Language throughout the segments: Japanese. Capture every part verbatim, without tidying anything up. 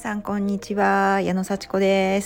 さんこんにちは、矢野幸子です。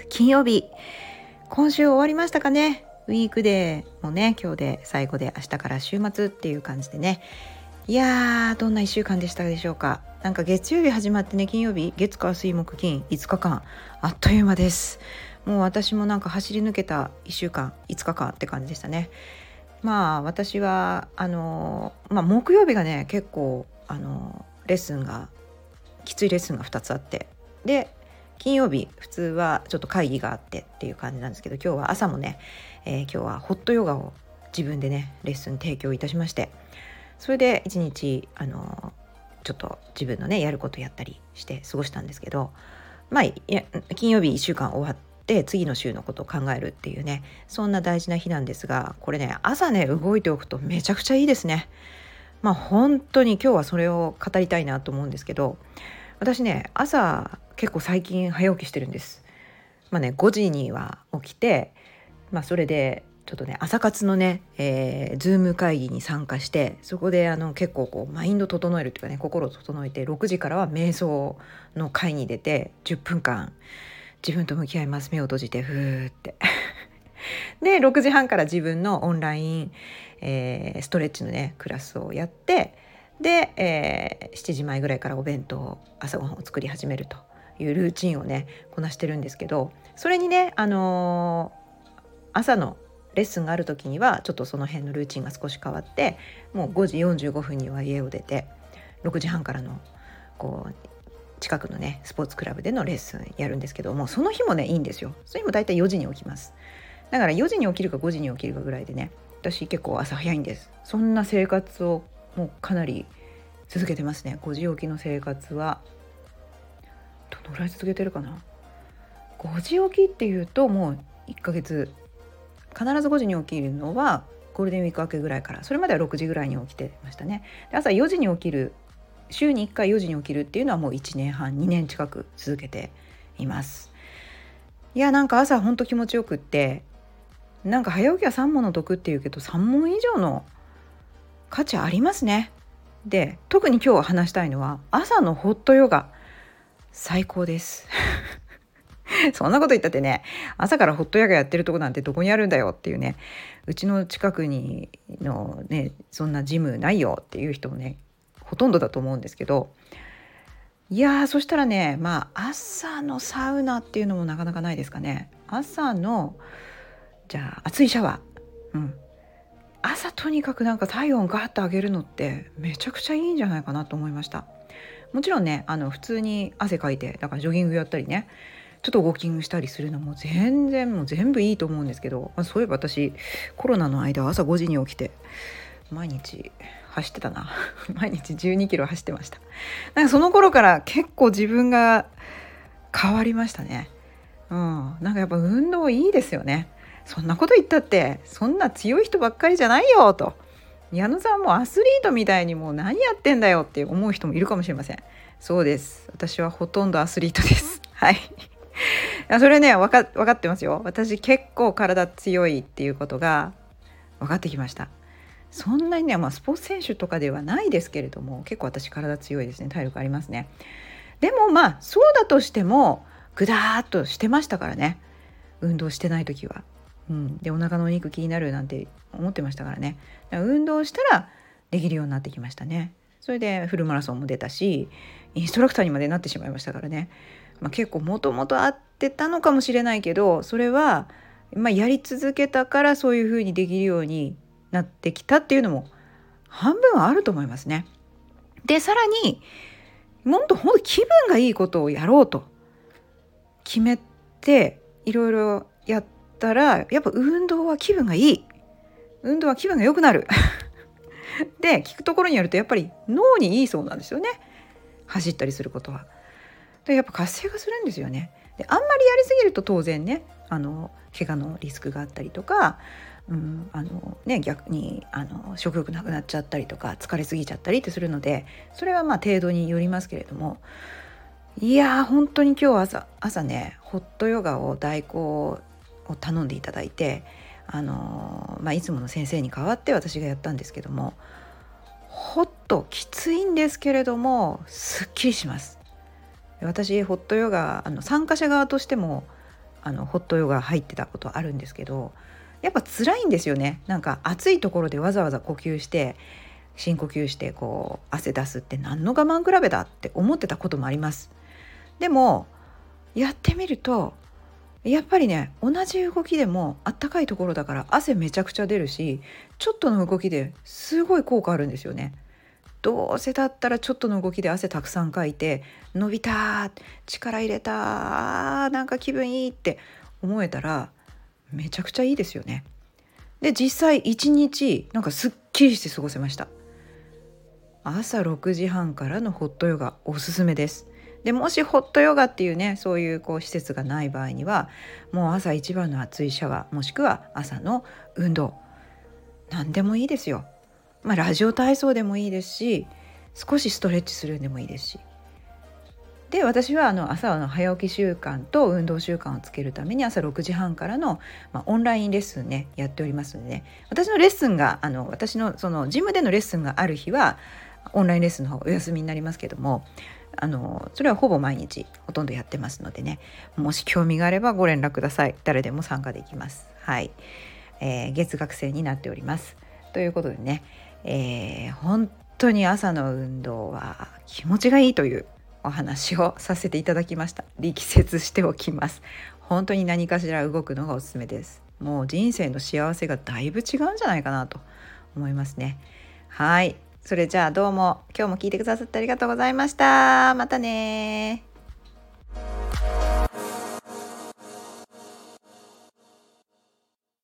金曜日、今週終わりましたかね。ウィークデーもね、今日で最後で、明日から週末っていう感じでね。いやー、どんないっしゅうかんでしたでしょうか。なんか月曜日始まってね、金曜日、月火水木金いつかかん、あっという間です。もう私もなんか走り抜けたいっしゅうかん、いつかかんって感じでしたね。まあ私はあの、まあ、木曜日がね結構あのレッスンがきついレッスンがふたつあって、で金曜日普通はちょっと会議があってっていう感じなんですけど、今日は朝もね、えー、今日はホットヨガを自分でねレッスン提供いたしまして、それで一日あのちょっと自分のねやることやったりして過ごしたんですけど、まあ金曜日いっしゅうかん終わって次の週のことを考えるっていうね、そんな大事な日なんですが、これね朝ね動いておくとめちゃくちゃいいですね。まあ本当に今日はそれを語りたいなと思うんですけど、私ね朝結構最近早起きしてるんです。まあねごじには起きて、まあそれでちょっとね朝活のね、えー、ズーム会議に参加して、そこであの結構こうマインド整えるっていうかね、心を整えて、ろくじからは瞑想の会に出てじゅっぷんかん自分と向き合います。目を閉じてふーってでろくじはんから自分のオンライン、えー、ストレッチのねクラスをやって、で、えー、しちじまえぐらいからお弁当朝ごはんを作り始めるというルーチンをねこなしてるんですけど、それにね、あのー、朝のレッスンがある時にはちょっとその辺のルーチンが少し変わって、もうごじよんじゅうごふんには家を出て、ろくじはんからのこう近くのねスポーツクラブでのレッスンやるんですけど、もうその日もねいいんですよ。その日もだいたいよじに起きます。だからよじに起きるかごじに起きるかぐらいでね、私結構朝早いんです。そんな生活をもうかなり続けてますね。ごじ起きの生活はどのぐらい続けてるかな。ごじ起きっていうともういっかげつ、必ずごじに起きるのはゴールデンウィーク明けぐらいから、それまではろくじぐらいに起きてましたね。で朝よじに起きる、週にいっかいよじに起きるっていうのはもういちねんはんにねん近く続けています。いやなんか朝ほんと気持ちよくって、なんか早起きは三問の得っていうけど、三問以上の価値ありますね。で特に今日話したいのは朝のホットヨガ、最高ですそんなこと言ったってね、朝からホットヨガやってるとこなんてどこにあるんだよっていうね、うちの近くにのねそんなジムないよっていう人もねほとんどだと思うんですけど、いやーそしたらね、まあ朝のサウナっていうのもなかなかないですかね。朝のじゃあ熱いシャワー、うん、朝とにかくなんか体温ガーッと上げるのってめちゃくちゃいいんじゃないかなと思いました。もちろんねあの普通に汗かいて、だからジョギングやったりね、ちょっとウォーキングしたりするのも全然もう全部いいと思うんですけど、まあ、そういえば私コロナの間朝ごじに起きて毎日走ってたな毎日じゅうにキロ走ってました。なんかその頃から結構自分が変わりましたね。うん、なんかやっぱ運動いいですよね。そんなこと言ったってそんな強い人ばっかりじゃないよと、矢野さんもアスリートみたいにもう何やってんだよって思う人もいるかもしれません。そうです、私はほとんどアスリートですはいいやそれね分か、分かってますよ。私結構体強いっていうことが分かってきました。そんなにね、まあ、スポーツ選手とかではないですけれども、結構私体強いですね。体力ありますね。でもまあそうだとしてもぐだーっとしてましたからね、運動してない時は。うん、でお腹のお肉気になるなんて思ってましたからね。だから運動したらできるようになってきましたね。それでフルマラソンも出たし、インストラクターにまでなってしまいましたからね。まあ、結構もともと合ってたのかもしれないけど、それは、まあ、やり続けたからそういう風にできるようになってきたっていうのも半分はあると思いますね。でさらにもっとほんと気分がいいことをやろうと決めていろいろやったら、やっぱ運動は気分がいい、運動は気分が良くなるで聞くところによるとやっぱり脳にいいそうなんですよね、走ったりすることは。でやっぱ活性化するんですよね。であんまりやりすぎると当然ね、あの怪我のリスクがあったりとか、うんあのね、逆にあの食欲なくなっちゃったりとか疲れすぎちゃったりってするので、それはまあ程度によりますけれども、いやー本当に今日朝朝ねホットヨガを代行を頼んでいただいて、あのーまあ、いつもの先生に代わって私がやったんですけども、ホットきついんですけれどもすっきりします。 私ホットヨガあの参加者側としてもあのホットヨガ入ってたことあるんですけど、やっぱ辛いんですよね。なんか暑いところでわざわざ呼吸して深呼吸してこう汗出すって何の我慢比べだって思ってたこともあります。でもやってみるとやっぱりね、同じ動きでもあったかいところだから汗めちゃくちゃ出るし、ちょっとの動きですごい効果あるんですよね。どうせだったらちょっとの動きで汗たくさんかいて伸びた、力入れた、なんか気分いいって思えたらめちゃくちゃいいですよね。で実際いちにちなんかすっきりして過ごせました。朝ろくじはんからのホットヨガおすすめです。でもしホットヨガっていうね、そういうこう施設がない場合にはもう朝一番の熱いシャワー、もしくは朝の運動、何でもいいですよ。まあラジオ体操でもいいですし、少しストレッチするんでもいいですし、で私はあの朝の早起き習慣と運動習慣をつけるために朝ろくじはんからの、まあ、オンラインレッスンねやっておりますのでね、私のレッスンがあの私のそのジムでのレッスンがある日はオンラインレッスンの方お休みになりますけども、あのそれはほぼ毎日ほとんどやってますのでね、もし興味があればご連絡ください。誰でも参加できます。はい、えー、月額制になっております。ということでね、えー、本当に朝の運動は気持ちがいいというお話をさせていただきました。力説しておきます。本当に何かしら動くのがおすすめです。もう人生の幸せがだいぶ違うんじゃないかなと思いますね。はい、それじゃあどうも今日も聞いてくださってありがとうございました。またね。